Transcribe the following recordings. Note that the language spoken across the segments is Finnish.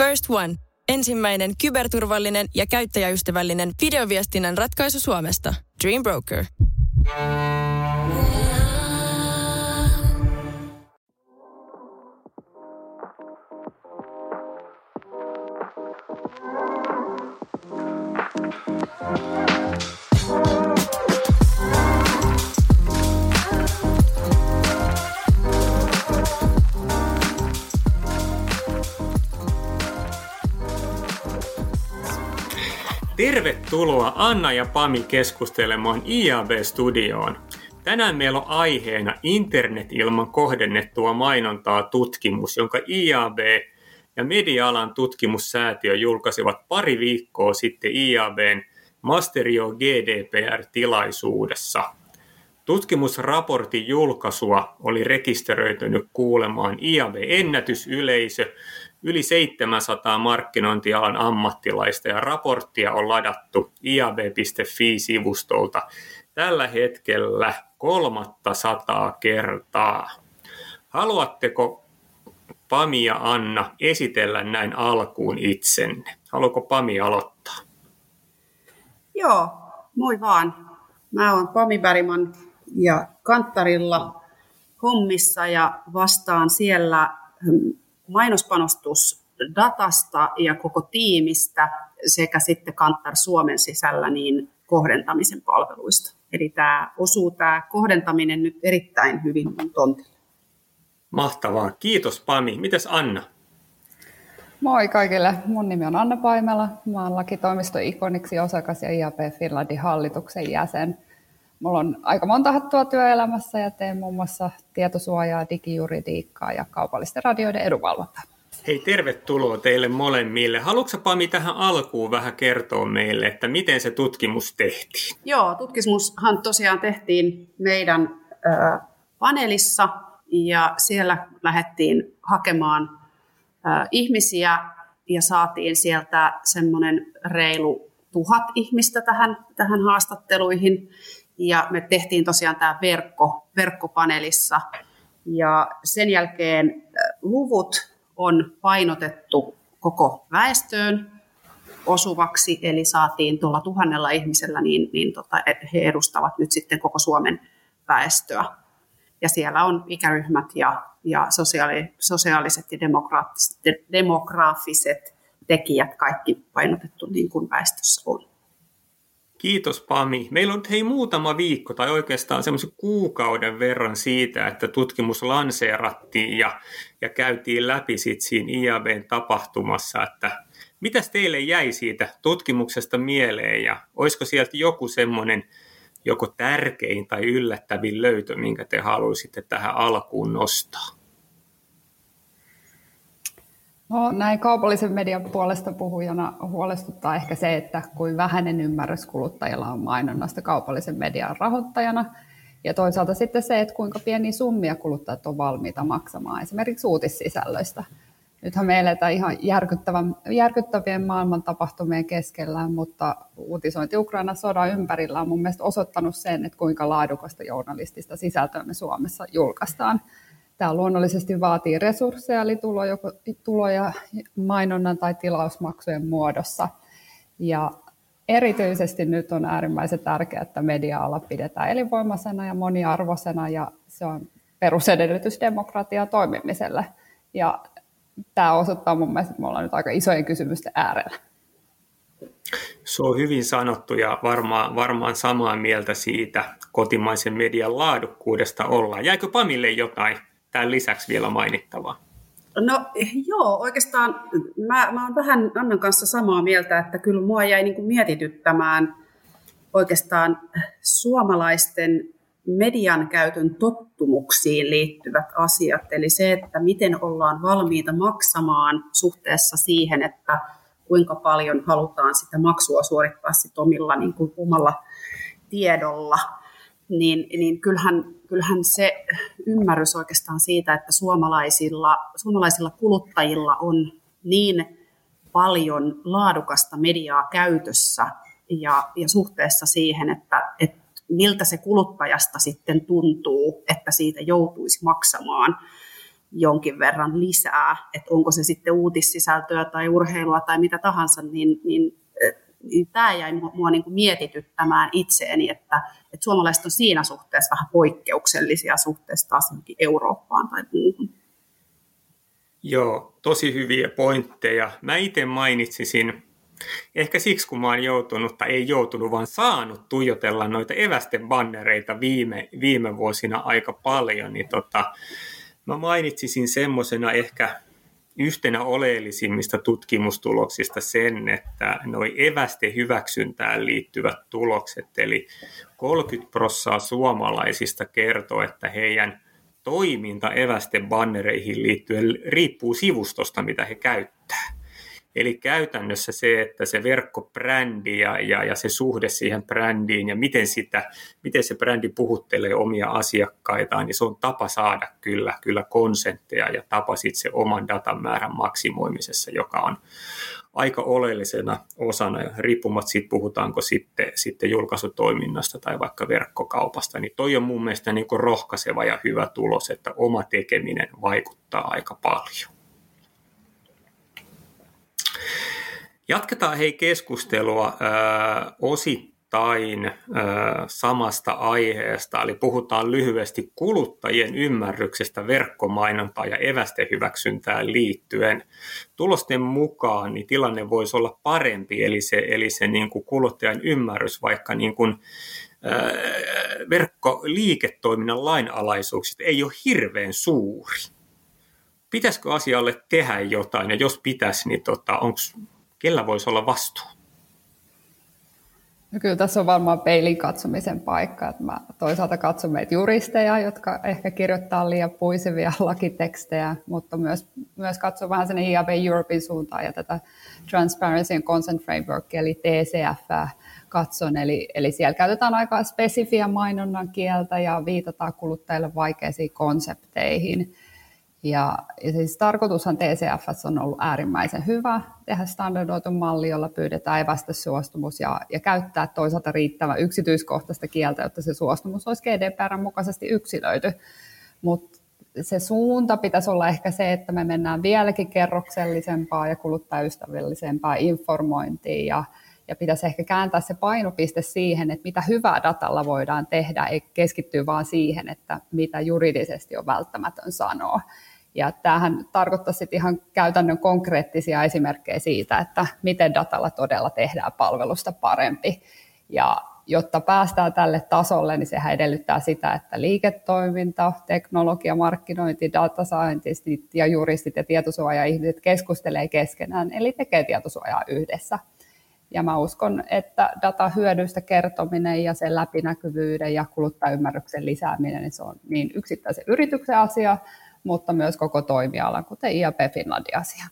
First One. Ensimmäinen kyberturvallinen ja käyttäjäystävällinen videoviestinnän ratkaisu Suomesta. Dream Broker. Tervetuloa Anna ja Pami keskustelemaan IAB-studioon. Tänään meillä on aiheena internet ilman kohdennettua mainontaa tutkimus, jonka IAB ja media-alan tutkimussäätiö julkaisivat pari viikkoa sitten IABn Masterio GDPR-tilaisuudessa. Tutkimusraportin julkaisua oli rekisteröitynyt kuulemaan IAB-ennätysyleisö, yli 700 markkinointialan ammattilaista ja raporttia on ladattu iab.fi-sivustolta tällä hetkellä 300 kertaa. Haluatteko Pami ja Anna esitellä näin alkuun itsenne? Haluatko Pami aloittaa? Joo, moi vaan. Mä oon Pami Bergman ja Kanttarilla hommissa ja vastaan siellä mainospanostusdatasta ja koko tiimistä sekä sitten Kantar Suomen sisällä niin kohdentamisen palveluista. Eli tämä kohdentaminen nyt erittäin hyvin mun tontilla. Mahtavaa. Kiitos Pami. Mitäs Anna? Moi kaikille. Mun nimi on Anna Paimela. Mä oon lakitoimisto Iconixin osakas ja IAB Finlandin hallituksen jäsen. Mulla on aika monta hattua työelämässä ja teen muun muassa tietosuojaa, digijuridiikkaa ja kaupallisten radioiden edunvalvontaa. Hei, tervetuloa teille molemmille. Haluatko Pami tähän alkuun vähän kertoa meille, että miten se tutkimus tehtiin? Joo, tutkimushan tosiaan tehtiin meidän paneelissa ja siellä lähdettiin hakemaan ihmisiä ja saatiin sieltä semmoinen reilu 1000 ihmistä tähän haastatteluihin. Ja me tehtiin tosiaan tämä verkkopaneelissa ja sen jälkeen luvut on painotettu koko väestöön osuvaksi, eli saatiin tuolla 1000 ihmisellä, he edustavat nyt sitten koko Suomen väestöä. Ja siellä on ikäryhmät ja sosiaaliset ja demograafiset tekijät kaikki painotettu niin kuin väestössä on. Kiitos Pami. Meillä on muutama viikko tai oikeastaan semmoisen kuukauden verran siitä, että tutkimus lanseerattiin ja käytiin läpi siinä IABn tapahtumassa, että mitäs teille jäi siitä tutkimuksesta mieleen ja olisiko sieltä joku semmoinen joko tärkein tai yllättävin löytö, minkä te haluaisitte tähän alkuun nostaa? No, näin kaupallisen median puolesta puhujana huolestuttaa ehkä se, että kuin vähäinen ymmärrys kuluttajilla on mainonnasta kaupallisen median rahoittajana. Ja toisaalta sitten se, että kuinka pieniä summia kuluttajat on valmiita maksamaan esimerkiksi uutissisällöistä. Nythän me eletään ihan järkyttävien maailman tapahtumien keskellä, mutta uutisointi Ukrainan sodan ympärillä on mun mielestä osoittanut sen, että kuinka laadukasta journalistista sisältöä me Suomessa julkaistaan. Tämä luonnollisesti vaatii resursseja, eli tuloja mainonnan tai tilausmaksujen muodossa. Ja erityisesti nyt on äärimmäisen tärkeää, että media-ala pidetään elinvoimaisena ja moniarvoisena, ja se on perusedellytys demokratian toimimiselle. Ja tämä osoittaa mun mielestä, että me ollaan nyt aika isojen kysymysten äärellä. Se on hyvin sanottu ja varmaan samaa mieltä siitä kotimaisen median laadukkuudesta ollaan. Jäikö Pamille jotain tämän lisäksi vielä mainittavaa? No joo, oikeastaan mä oon vähän Annan kanssa samaa mieltä, että kyllä mua jäi niin kuin mietityttämään oikeastaan suomalaisten median käytön tottumuksiin liittyvät asiat. Eli se, että miten ollaan valmiita maksamaan suhteessa siihen, että kuinka paljon halutaan sitä maksua suorittaa sit omalla tiedolla. Niin kyllähän se ymmärrys oikeastaan siitä, että suomalaisilla kuluttajilla on niin paljon laadukasta mediaa käytössä ja suhteessa siihen, että miltä se kuluttajasta sitten tuntuu, että siitä joutuisi maksamaan, jonkin verran lisää, että onko se sitten uutissisältöä tai urheilua tai mitä tahansa, niin tämä jäi mua niin kuin mietityttämään itseeni, että suomalaiset on siinä suhteessa vähän poikkeuksellisia suhteessa taas Eurooppaan tai muuhun. Joo, tosi hyviä pointteja. Mä itse mainitsisin, ehkä siksi kun mä oon joutunut, tai ei joutunut, vaan saanut tuijotella noita evästebannereita viime vuosina aika paljon, niin mä mainitsisin semmosena ehkä yhtenä oleellisimmista tutkimustuloksista sen, että noi evästehyväksyntään liittyvät tulokset, eli 30% suomalaisista kertoo, että heidän toiminta evästebannereihin liittyen riippuu sivustosta, mitä he käyttää. Eli käytännössä se, että se verkkobrändi ja se suhde siihen brändiin ja miten se brändi puhuttelee omia asiakkaitaan, niin se on tapa saada kyllä konsentteja ja tapa sitten se oman datan määrän maksimoimisessa, joka on aika oleellisena osana, ja riippumatta siitä puhutaanko sitten julkaisutoiminnasta tai vaikka verkkokaupasta, niin toi on mun mielestä niin kuin rohkaiseva ja hyvä tulos, että oma tekeminen vaikuttaa aika paljon. Jatketaan keskustelua osittain samasta aiheesta, eli puhutaan lyhyesti kuluttajien ymmärryksestä verkkomainontaa ja evästehyväksyntään liittyen. Tulosten mukaan niin tilanne voisi olla parempi, eli se niin kuin kuluttajan ymmärrys vaikka niin kuin, verkkoliiketoiminnan lainalaisuuksista ei ole hirveän suuri. Pitäisikö asialle tehdä jotain, ja jos pitäisi, niin kellä voisi olla vastuu? No kyllä tässä on varmaan peilin katsomisen paikka. Että mä toisaalta katson meitä juristeja, jotka ehkä kirjoittaa liian puisevia lakitekstejä, mutta myös katson vähän sen IAB Europein suuntaan ja tätä Transparency and Consent Framework, eli TCF katson. Eli siellä käytetään aika spesifiä mainonnan kieltä ja viitataan kuluttajille vaikeisiin konsepteihin. Ja siis tarkoitushan TCF:ssä on ollut äärimmäisen hyvä tehdä standardoitu malli, jolla pyydetään evästesuostumus ja käyttää toisaalta riittävän yksityiskohtaista kieltä, jotta se suostumus olisi GDPR:n mukaisesti yksilöity. Mutta se suunta pitäisi olla ehkä se, että me mennään vieläkin kerroksellisempaa ja kuluttajaystävällisempää informointiin ja pitäisi ehkä kääntää se painopiste siihen, että mitä hyvää datalla voidaan tehdä, ei keskittyä vaan siihen, että mitä juridisesti on välttämätön sanoa. Ja tämähän tarkoittaisi ihan käytännön konkreettisia esimerkkejä siitä, että miten datalla todella tehdään palvelusta parempi. Ja jotta päästään tälle tasolle, niin sehän edellyttää sitä, että liiketoiminta, teknologia, markkinointi, data scientistit ja juristit ja tietosuoja-ihmiset keskustelee keskenään, eli tekee tietosuojaa yhdessä. Ja mä uskon, että datahyödyistä kertominen ja sen läpinäkyvyyden ja kuluttajaymmärryksen lisääminen, niin se on niin yksittäisen yrityksen asia, mutta myös koko toimialan, kuten IAB Finlandin asia.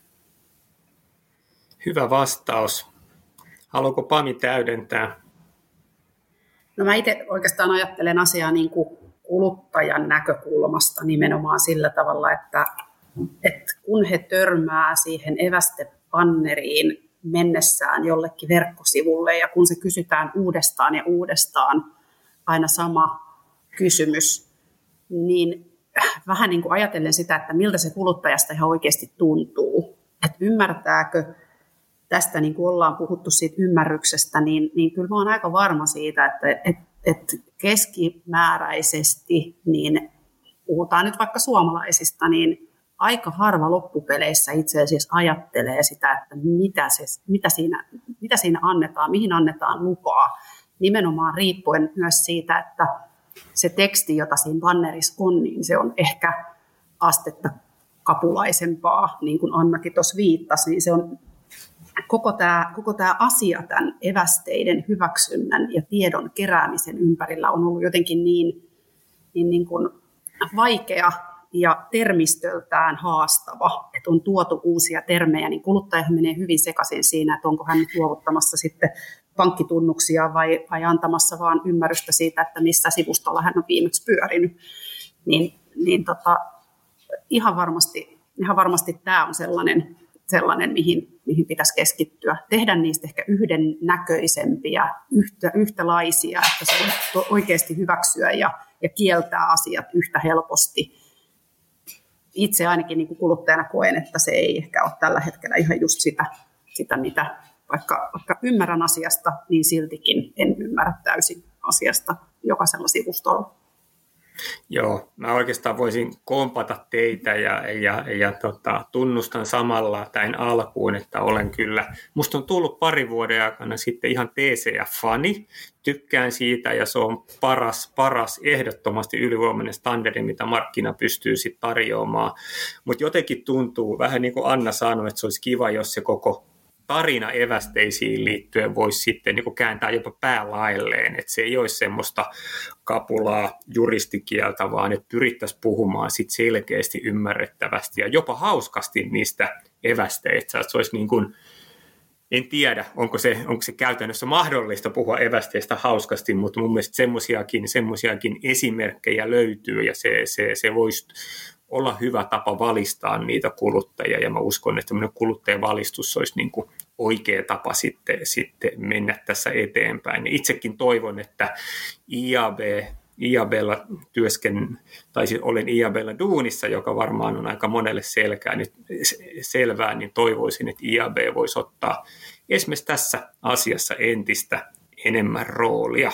Hyvä vastaus. Haluatko Pami täydentää? No mä itse oikeastaan ajattelen asiaa niin kuin kuluttajan näkökulmasta nimenomaan sillä tavalla, että kun he törmää siihen evästebanneriin mennessään jollekin verkkosivulle ja kun se kysytään uudestaan ja uudestaan aina sama kysymys, niin vähän niin kuin ajatellen sitä, että miltä se kuluttajasta ihan oikeasti tuntuu. Että ymmärtääkö tästä, niin kuin ollaan puhuttu siitä ymmärryksestä, niin kyllä mä oon aika varma siitä, että keskimääräisesti, niin puhutaan nyt vaikka suomalaisista, niin aika harva loppupeleissä itse asiassa ajattelee sitä, että mitä siinä annetaan, mihin annetaan lupaa. Nimenomaan riippuen myös siitä, että se teksti, jota siinä bannerissa on, niin se on ehkä astetta kapulaisempaa, niin kuin Annakin tuossa viittasi, niin se on koko tämä asia tämän evästeiden hyväksynnän ja tiedon keräämisen ympärillä on ollut jotenkin niin kuin vaikea ja termistöltään haastava, että on tuotu uusia termejä, niin kuluttaja menee hyvin sekaisin siinä, että onko hän nyt luovuttamassa sitten pankkitunnuksia vai antamassa vaan ymmärrystä siitä, että missä sivustolla hän on viimeksi pyörinyt. Ihan varmasti tämä on sellainen mihin pitäisi keskittyä. Tehdä niistä ehkä yhdennäköisempiä, yhtälaisia, että se voi oikeasti hyväksyä ja kieltää asiat yhtä helposti. itse ainakin niin kuin kuluttajana koen, että se ei ehkä ole tällä hetkellä ihan just sitä mitä vaikka ymmärrän asiasta, niin siltikin en ymmärrä täysin asiasta jokaisella sivustolla. Joo, mä oikeastaan voisin kompata teitä ja tunnustan samalla tämän alkuun, että olen kyllä, musta on tullut pari vuoden aikana sitten ihan TCF-fani, tykkään siitä ja se on paras ehdottomasti ylivoimainen standardi, mitä markkina pystyy sitten tarjoamaan, mutta jotenkin tuntuu, vähän niin kuin Anna sanoi, että se olisi kiva, jos se koko tarina evästeisiin liittyen voisi sitten niin kuin kääntää jopa päälailleen, että se ei olisi semmoista kapulaa juristikieltä, vaan että pyrittäisiin puhumaan sit selkeästi, ymmärrettävästi ja jopa hauskasti niistä evästeistä. Että se olisi niin kuin, en tiedä, onko se käytännössä mahdollista puhua evästeistä hauskasti, mutta mun mielestä semmoisiakin esimerkkejä löytyy ja se voisi olla hyvä tapa valistaa niitä kuluttajia, ja mä uskon, että tämmöinen kuluttajavalistus olisi niin kuin oikea tapa sitten mennä tässä eteenpäin. Itsekin toivon, että IAB:lla olen IAB:lla duunissa, joka varmaan on aika monelle selvää, niin toivoisin, että IAB voisi ottaa esimerkiksi tässä asiassa entistä enemmän roolia.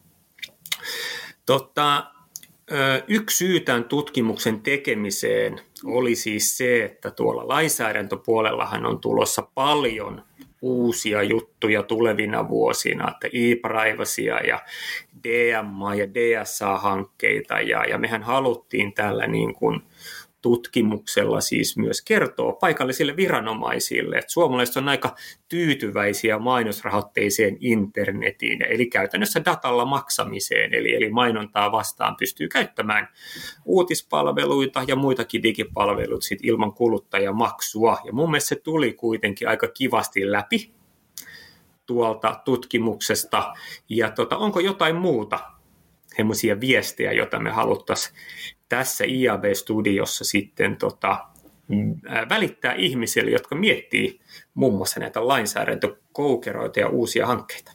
Yksi syy tämän tutkimuksen tekemiseen oli siis se, että tuolla lainsäädäntöpuolellahan on tulossa paljon uusia juttuja tulevina vuosina, että e-privacya ja DMA ja DSA-hankkeita, ja mehän haluttiin tällä niin kuin tutkimuksella siis myös kertoo paikallisille viranomaisille, että suomalaiset on aika tyytyväisiä mainosrahoitteiseen internetiin, eli käytännössä datalla maksamiseen, eli mainontaa vastaan pystyy käyttämään uutispalveluita ja muitakin digipalveluita sit ilman kuluttajamaksua, ja mun mielestä se tuli kuitenkin aika kivasti läpi tuolta tutkimuksesta, ja onko jotain muuta semmoisia viestejä, joita me haluttaisiin tässä IAB-studiossa sitten välittää ihmisille, jotka miettii muun muassa näitä lainsäädäntökoukeroita ja uusia hankkeita?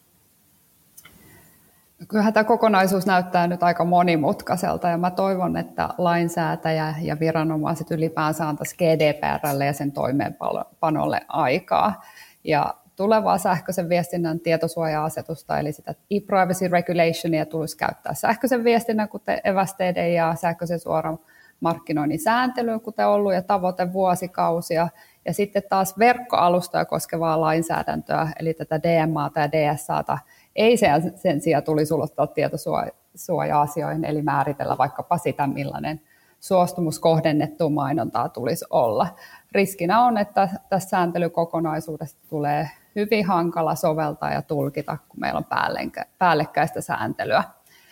Kyllähän tämä kokonaisuus näyttää nyt aika monimutkaiselta, ja mä toivon, että lainsäätäjä ja viranomaiset ylipäänsä antaisi GDPR:lle ja sen toimeenpanolle aikaa. Ja tulevaa sähköisen viestinnän tietosuoja-asetusta, eli sitä e-privacy regulationia tulisi käyttää sähköisen viestinnän, kuten evästeiden ja sähköisen suoran markkinoinnin sääntelyyn, kuten ollut ja tavoite vuosikausia. Ja sitten taas verkkoalustoja koskevaa lainsäädäntöä, eli tätä DMAta ja DSAta, ei sen sijaan tulisi ulottaa tietosuoja-asioihin, eli määritellä vaikkapa sitä, millainen suostumus kohdennettuun mainontaa tulisi olla. Riskinä on, että tässä sääntelykokonaisuudesta tulee hyvin hankala soveltaa ja tulkita, kun meillä on päällekkäistä sääntelyä.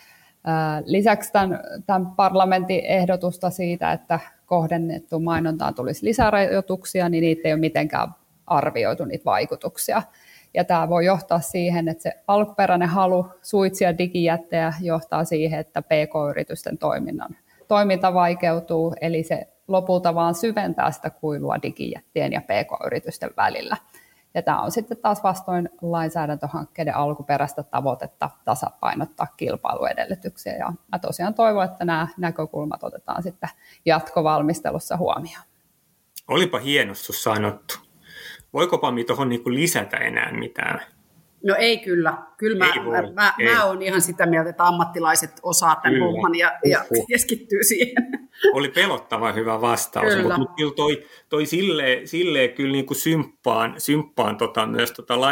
Lisäksi tämän parlamentin ehdotusta siitä, että kohdennettuun mainontaan tulisi lisärajoituksia, niin niitä ei ole mitenkään arvioitu niitä vaikutuksia. Ja tämä voi johtaa siihen, että se alkuperäinen halu suitsia digijättejä johtaa siihen, että PK-yritysten toiminta vaikeutuu, eli se lopulta vaan syventää sitä kuilua digijättien ja PK-yritysten välillä. Ja tämä on sitten taas vastoin lainsäädäntöhankkeiden alkuperäistä tavoitetta tasapainottaa kilpailuedellytyksiä. Ja mä tosiaan toivon, että nämä näkökulmat otetaan sitten jatkovalmistelussa huomioon. Olipa hienosti sanottu. Voiko Pami tuohon niin lisätä enää mitään? No ei kyllä. Kyllä mä oon ihan sitä mieltä, että ammattilaiset osaa tämän homman ja keskittyy siihen. Oli pelottava hyvä vastaus, mutta kyllä toi silleen kyllä niin kuin symppaan myös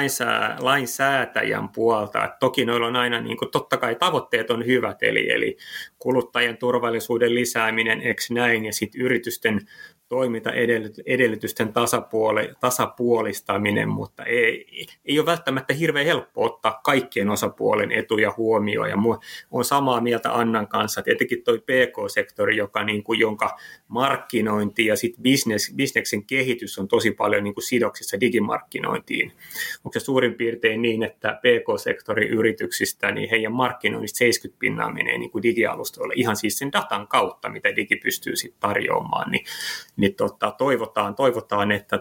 lainsäätäjän puolta. Et toki noilla on aina, niin kuin, totta kai tavoitteet on hyvät, eli kuluttajien turvallisuuden lisääminen, eks näin, ja sitten yritysten toimintaedellytysten tasapuolistaminen, mutta ei ole välttämättä hirveän helppo ottaa kaikkien osapuolen etuja huomioon. Ja olen samaa mieltä Annan kanssa, että etenkin tuo PK-sektori, jonka markkinointi ja sit bisneksen kehitys on tosi paljon niin kuin sidoksissa digimarkkinointiin. Onko se suurin piirtein niin, että PK-sektorin yrityksistä, niin heidän markkinoinnista 70% menee niin kuin digialustoille ihan siis sen datan kautta, mitä digi pystyy sitten tarjoamaan, niin toivotaan, että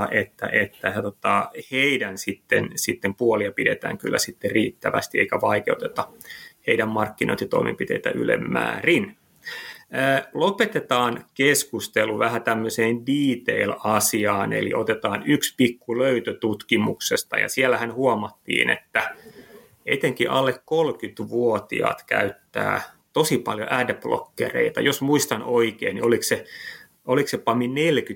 heidän sitten puolia pidetään kyllä sitten riittävästi, eikä vaikeuteta heidän markkinointitoimenpiteitä ylemmäärin. Lopetetaan keskustelu vähän tämmöiseen detail-asiaan, eli otetaan yksi pikku löytö tutkimuksesta, ja siellähän huomattiin, että etenkin alle 30-vuotiaat käyttää tosi paljon adblockereita. Jos muistan oikein, niin oliko se Pami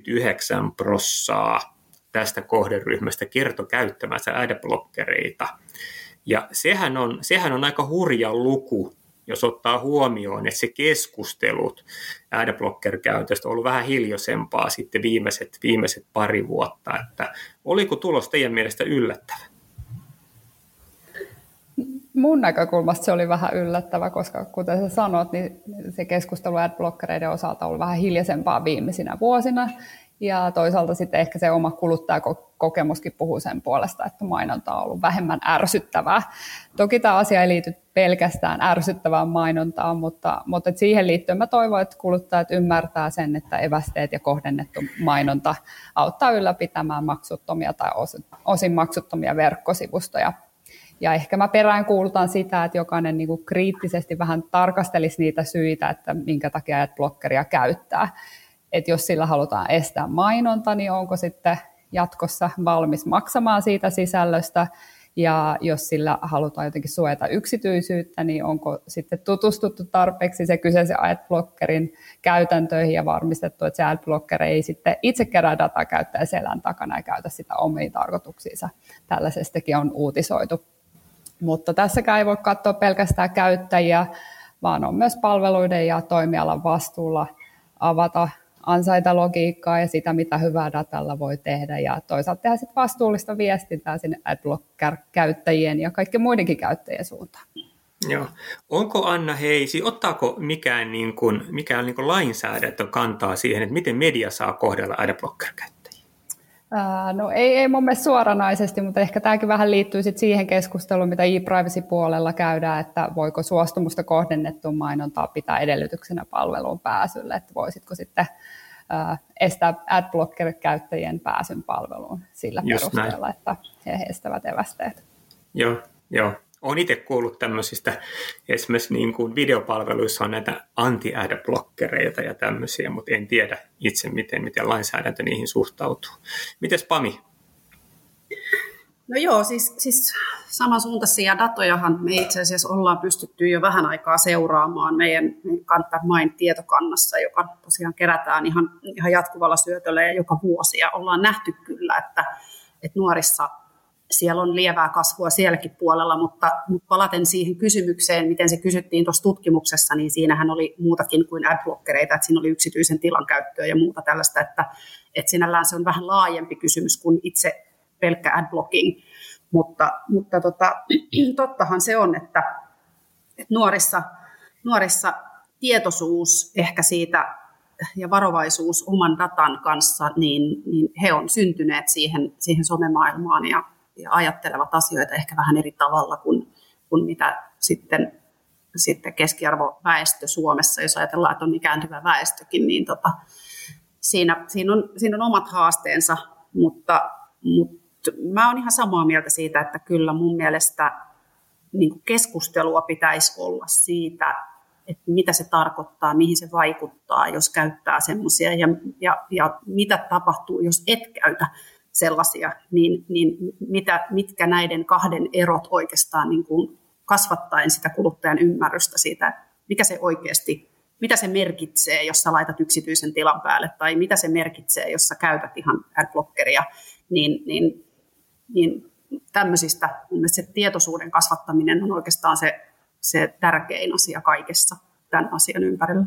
49% tästä kohderyhmästä kertoi käyttämänsä adblockereita. Ja sehän on aika hurja luku, jos ottaa huomioon, että se keskustelut adblocker-käytöstä on ollut vähän hiljaisempaa sitten viimeiset pari vuotta. Että oliko tulos teidän mielestä yllättävä? Mun näkökulmasta se oli vähän yllättävä, koska kuten sä sanot, niin se keskustelu adblockereiden osalta on ollut vähän hiljaisempaa viimeisinä vuosina. Ja toisaalta sitten ehkä se oma kuluttajakokemuskin puhuu sen puolesta, että mainonta on ollut vähemmän ärsyttävää. Toki tämä asia ei liity pelkästään ärsyttävään mainontaan, mutta siihen liittyen mä toivon, että kuluttajat ymmärtää sen, että evästeet ja kohdennettu mainonta auttaa ylläpitämään maksuttomia tai osin maksuttomia verkkosivustoja. Ja ehkä mä peräänkuulutan sitä, että jokainen niin kuin kriittisesti vähän tarkastelisi niitä syitä, että minkä takia adblockeria käyttää. Että jos sillä halutaan estää mainonta, niin onko sitten jatkossa valmis maksamaan siitä sisällöstä, ja jos sillä halutaan jotenkin suojata yksityisyyttä, niin onko sitten tutustuttu tarpeeksi se kyseisen adblockerin käytäntöihin ja varmistettu, että se adblocker ei sitten itse kerää dataa käyttäjän selän takana ja käytä sitä omiin tarkoituksiinsa. Tällaisestakin on uutisoitu. Mutta tässäkään ei voi katsoa pelkästään käyttäjiä, vaan on myös palveluiden ja toimialan vastuulla avata ansaintalogiikkaa ja sitä, mitä hyvää datalla voi tehdä, ja toisaalta tehdä sit vastuullista viestintää sinne adblocker-käyttäjien ja kaikkien muidenkin käyttäjien suuntaan. Joo. Onko Anna Heisi, ottaako mikään lainsäädäntö kantaa siihen, että miten media saa kohdella adblocker-käyttäjiä? No ei mun mielestä suoranaisesti, mutta ehkä tämäkin vähän liittyy sit siihen keskusteluun, mitä e-privacy-puolella käydään, että voiko suostumusta kohdennettuun mainontaa pitää edellytyksenä palveluun pääsylle, että voisitko sitten estää adblocker-käyttäjien pääsyn palveluun sillä perusteella, että he estävät evästeet. Joo. Olen itse kuullut tämmöisistä, esimerkiksi niin kuin videopalveluissa on näitä anti-adblockereita ja tämmöisiä, mutta en tiedä itse, miten lainsäädäntö niihin suhtautuu. Mites Pami? No joo, siis samansuuntaisia datojahan me itse asiassa ollaan pystytty jo vähän aikaa seuraamaan meidän Kantar Mind-tietokannassa, joka tosiaan kerätään ihan jatkuvalla syötöllä ja joka vuosi. Ja ollaan nähty kyllä, että nuorissa siellä on lievää kasvua sielläkin puolella, mutta palaten siihen kysymykseen, miten se kysyttiin tuossa tutkimuksessa, niin siinähän oli muutakin kuin adblockereita, että siinä oli yksityisen tilan käyttöä ja muuta tällaista, että sinällään se on vähän laajempi kysymys kuin itse pelkkä adblocking, mutta tottahan se on, että nuorissa tietoisuus ehkä siitä ja varovaisuus oman datan kanssa, niin he on syntyneet siihen somemaailmaan ja ajattelevat asioita ehkä vähän eri tavalla kuin mitä sitten keskiarvoväestö Suomessa, jos ajatellaan, että on ikääntyvä väestökin, niin siinä on omat haasteensa, mutta mä oon ihan samaa mieltä siitä, että kyllä mun mielestä niin keskustelua pitäisi olla siitä, että mitä se tarkoittaa, mihin se vaikuttaa, jos käyttää semmoisia, ja mitä tapahtuu, jos et käytä sellaisia, niin mitkä näiden kahden erot oikeastaan niin kuin kasvattaen sitä kuluttajan ymmärrystä siitä, mikä se oikeasti, mitä se merkitsee, jos sä laitat yksityisen tilan päälle, tai mitä se merkitsee, jos sä käytät ihan adblockeria, niin tämmöisistä se tietoisuuden kasvattaminen on oikeastaan se tärkein asia kaikessa tämän asian ympärillä.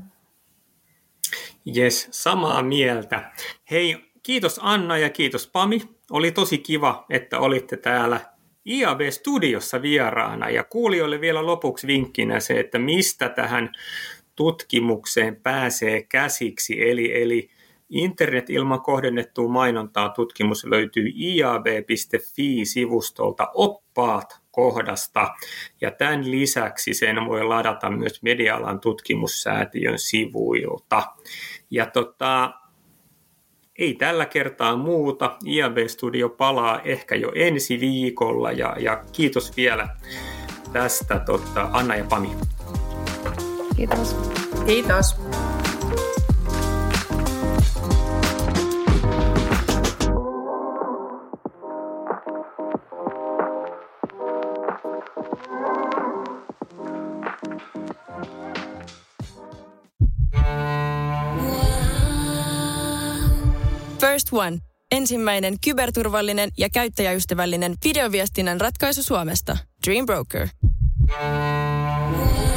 Jes, samaa mieltä. Hei, kiitos Anna ja kiitos Pami. Oli tosi kiva, että olitte täällä IAB-studiossa vieraana. Ja kuulijoille vielä lopuksi vinkkinä se, että mistä tähän tutkimukseen pääsee käsiksi. Eli internet ilman kohdennettua mainontaa tutkimus löytyy iab.fi-sivustolta oppaat kohdasta. Ja tämän lisäksi sen voi ladata myös Media-alan tutkimussäätiön sivuilta. Ja ei tällä kertaa muuta. IAB-studio palaa ehkä jo ensi viikolla. Ja kiitos vielä tästä Anna ja Pami. Kiitos. Kiitos. First One. Ensimmäinen kyberturvallinen ja käyttäjäystävällinen videoviestinnän ratkaisu Suomesta. Dream Broker.